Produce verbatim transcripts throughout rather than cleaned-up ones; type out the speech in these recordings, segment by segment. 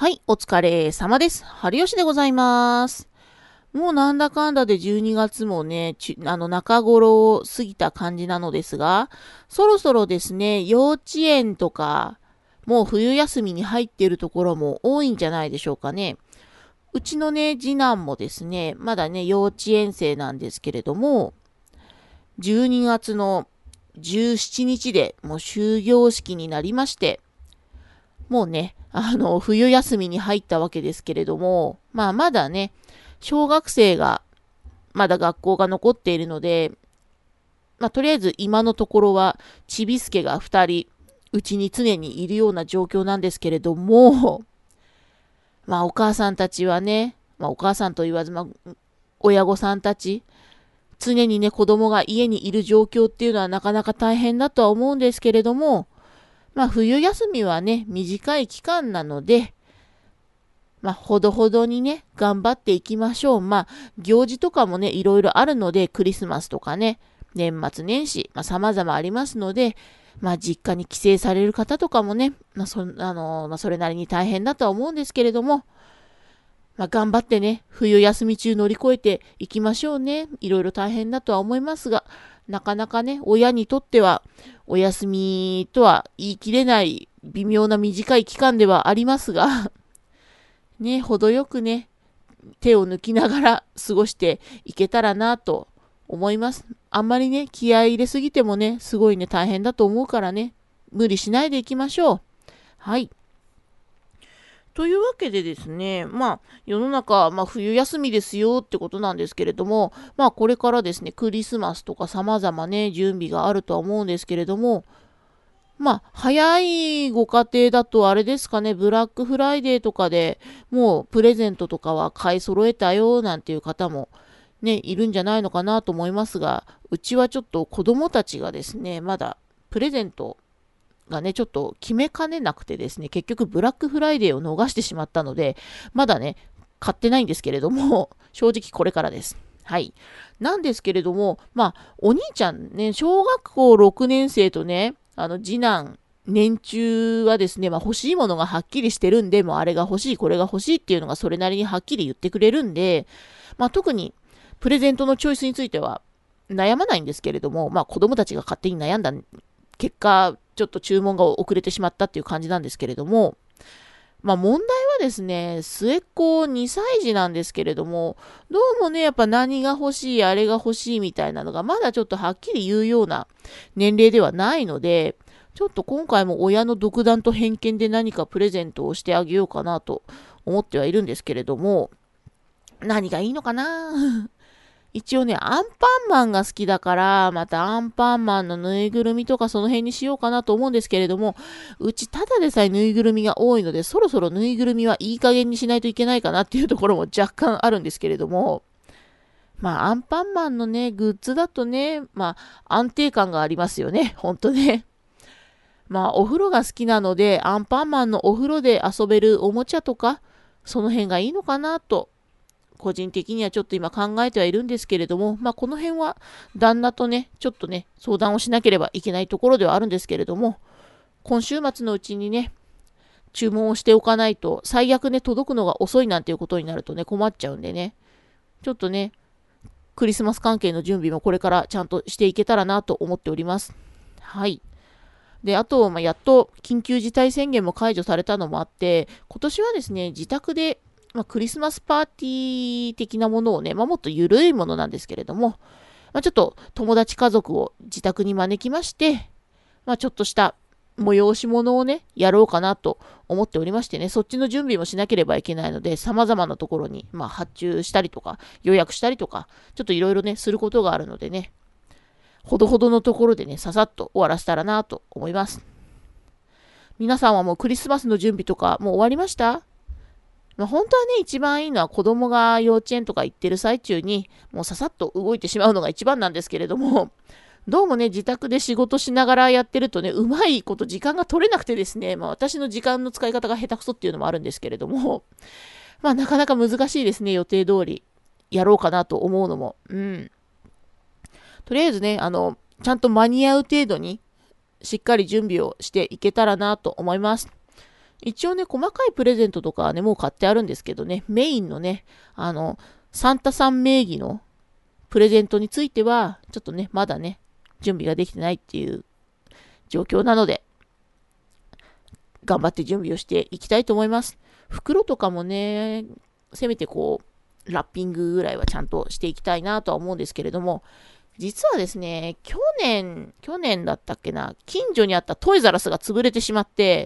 い、お疲れ様です。春吉でございます。もうなんだかんだでじゅうにがつもね、ちあの中頃を過ぎた感じなのですが、そろそろですね、幼稚園とか、もう冬休みに入っているところも多いんじゃないでしょうかね。うちのね、次男もですね、まだね、幼稚園生なんですけれども、じゅうにがつのじゅうしちにちでもう終業式になりまして、もうね、あの、冬休みに入ったわけですけれども、まあまだね、小学生が、まだ学校が残っているので、まあとりあえず今のところは、ちびすけがふたり、うちに常にいるような状況なんですけれども、まあお母さんたちはね、まあお母さんと言わず、まあ親御さんたち、常にね、子供が家にいる状況っていうのはなかなか大変だとは思うんですけれども、まあ冬休みはね、短い期間なので、まあ、ほどほどにね、頑張っていきましょう。まあ、行事とかもね、いろいろあるので、クリスマスとかね、年末年始、まあ、様々ありますので、まあ、実家に帰省される方とかもね、まあ、そ、あのーまあ、それなりに大変だとは思うんですけれども、まあ、頑張ってね、冬休み中乗り越えていきましょうね。いろいろ大変だとは思いますが、なかなかね、親にとっては、お休みとは言い切れない微妙な短い期間ではありますが、ね、程よくね、手を抜きながら過ごしていけたらなと思います。あんまりね、気合い入れすぎてもね、すごいね、大変だと思うからね、無理しないでいきましょう。はい。というわけでですね、まあ、世の中、まあ、冬休みですよってことなんですけれども、まあ、これからですね、クリスマスとか様々ね、準備があるとは思うんですけれども、まあ、早いご家庭だとあれですかね、ブラックフライデーとかでもうプレゼントとかは買い揃えたよなんていう方もね、いるんじゃないのかなと思いますが、うちはちょっと子供たちがですね、まだプレゼントがね、ちょっと決めかねなくてですね、結局ブラックフライデーを逃してしまったので、まだね、買ってないんですけれども、正直これからです。はい。なんですけれども、まあ、お兄ちゃんね、小学校ろくねん生とね、あの、次男、年中はですね、まあ、欲しいものがはっきりしてるんで、もうあれが欲しい、これが欲しいっていうのがそれなりにはっきり言ってくれるんで、まあ、特にプレゼントのチョイスについては悩まないんですけれども、まあ、子供たちが勝手に悩んだ結果、ちょっと注文が遅れてしまったっていう感じなんですけれども、まあ問題はですね、末っ子にさい児なんですけれども、どうもね、やっぱ何が欲しい、あれが欲しいみたいなのが、まだちょっとはっきり言うような年齢ではないので、ちょっと今回も親の独断と偏見で何かプレゼントをしてあげようかなと思ってはいるんですけれども、何がいいのかな一応ね、アンパンマンが好きだから、またアンパンマンのぬいぐるみとかその辺にしようかなと思うんですけれども、うちただでさえぬいぐるみが多いので、そろそろぬいぐるみはいい加減にしないといけないかなっていうところも若干あるんですけれども、まあ、アンパンマンのね、グッズだとね、まあ、安定感がありますよね。ほんとね。まあ、お風呂が好きなので、アンパンマンのお風呂で遊べるおもちゃとか、その辺がいいのかなと個人的にはちょっと今考えてはいるんですけれども、まあこの辺は旦那とね、ちょっとね、相談をしなければいけないところではあるんですけれども、今週末のうちにね、注文をしておかないと、最悪ね、届くのが遅いなんていうことになるとね、困っちゃうんでね、ちょっとね、クリスマス関係の準備もこれからちゃんとしていけたらなと思っております。はい。で、あと、まあ、やっと緊急事態宣言も解除されたのもあって、今年はですね、自宅でまあ、クリスマスパーティー的なものをね、まあ、もっと緩いものなんですけれども、まあ、ちょっと友達家族を自宅に招きまして、まあ、ちょっとした催し物をね、やろうかなと思っておりましてね、そっちの準備もしなければいけないので、様々なところに、まあ、発注したりとか、予約したりとか、ちょっといろいろね、することがあるのでね、ほどほどのところでね、ささっと終わらせたらなと思います。皆さんはもうクリスマスの準備とかもう終わりました？まあ、本当はね、一番いいのは子供が幼稚園とか行ってる最中に、もうささっと動いてしまうのが一番なんですけれども、どうもね、自宅で仕事しながらやってるとね、うまいこと時間が取れなくてですね、まあ私の時間の使い方が下手くそっていうのもあるんですけれども、まあなかなか難しいですね、予定通りやろうかなと思うのも。うん。とりあえずね、あの、ちゃんと間に合う程度にしっかり準備をしていけたらなと思います。 一応ね、細かいプレゼントとかはね、もう買ってあるんですけどね、メインのね、あの、サンタさん名義のプレゼントについては、ちょっとね、まだね、準備ができてないっていう状況なので、頑張って準備をしていきたいと思います。袋とかもね、せめてこう、ラッピングぐらいはちゃんとしていきたいなとは思うんですけれども、実はですね、去年、去年だったっけな、近所にあったトイザラスが潰れてしまって、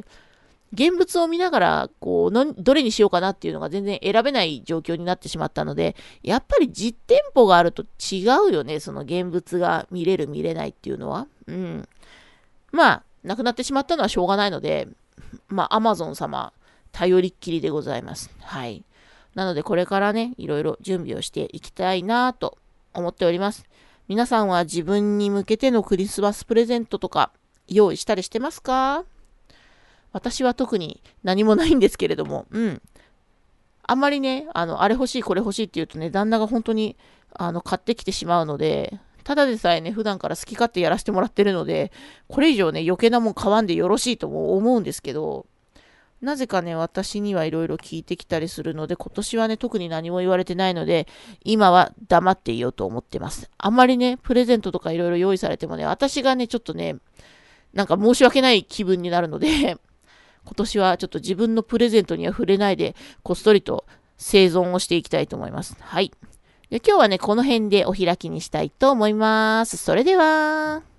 現物を見ながら、こう、どれにしようかなっていうのが全然選べない状況になってしまったので、やっぱり実店舗があると違うよね、その現物が見れる見れないっていうのは。うん。まあ、なくなってしまったのはしょうがないので、まあ、アマゾン様、頼りっきりでございます。はい。なので、これからね、いろいろ準備をしていきたいなと思っております。皆さんは自分に向けてのクリスマスプレゼントとか用意したりしてますか？私は特に何もないんですけれども、うん。あんまりね、あの、あれ欲しい、これ欲しいって言うとね、旦那が本当に、あの、買ってきてしまうので、ただでさえね、普段から好き勝手やらせてもらってるので、これ以上ね、余計なもん買わんでよろしいとも思うんですけど、なぜかね、私にはいろいろ聞いてきたりするので、今年はね、特に何も言われてないので、今は黙っていようと思ってます。あんまりね、プレゼントとかいろいろ用意されてもね、私がね、ちょっとね、なんか申し訳ない気分になるので、今年はちょっと自分のプレゼントには触れないで、こっそりと生存をしていきたいと思います。はい。で今日はね、この辺でお開きにしたいと思います。それでは。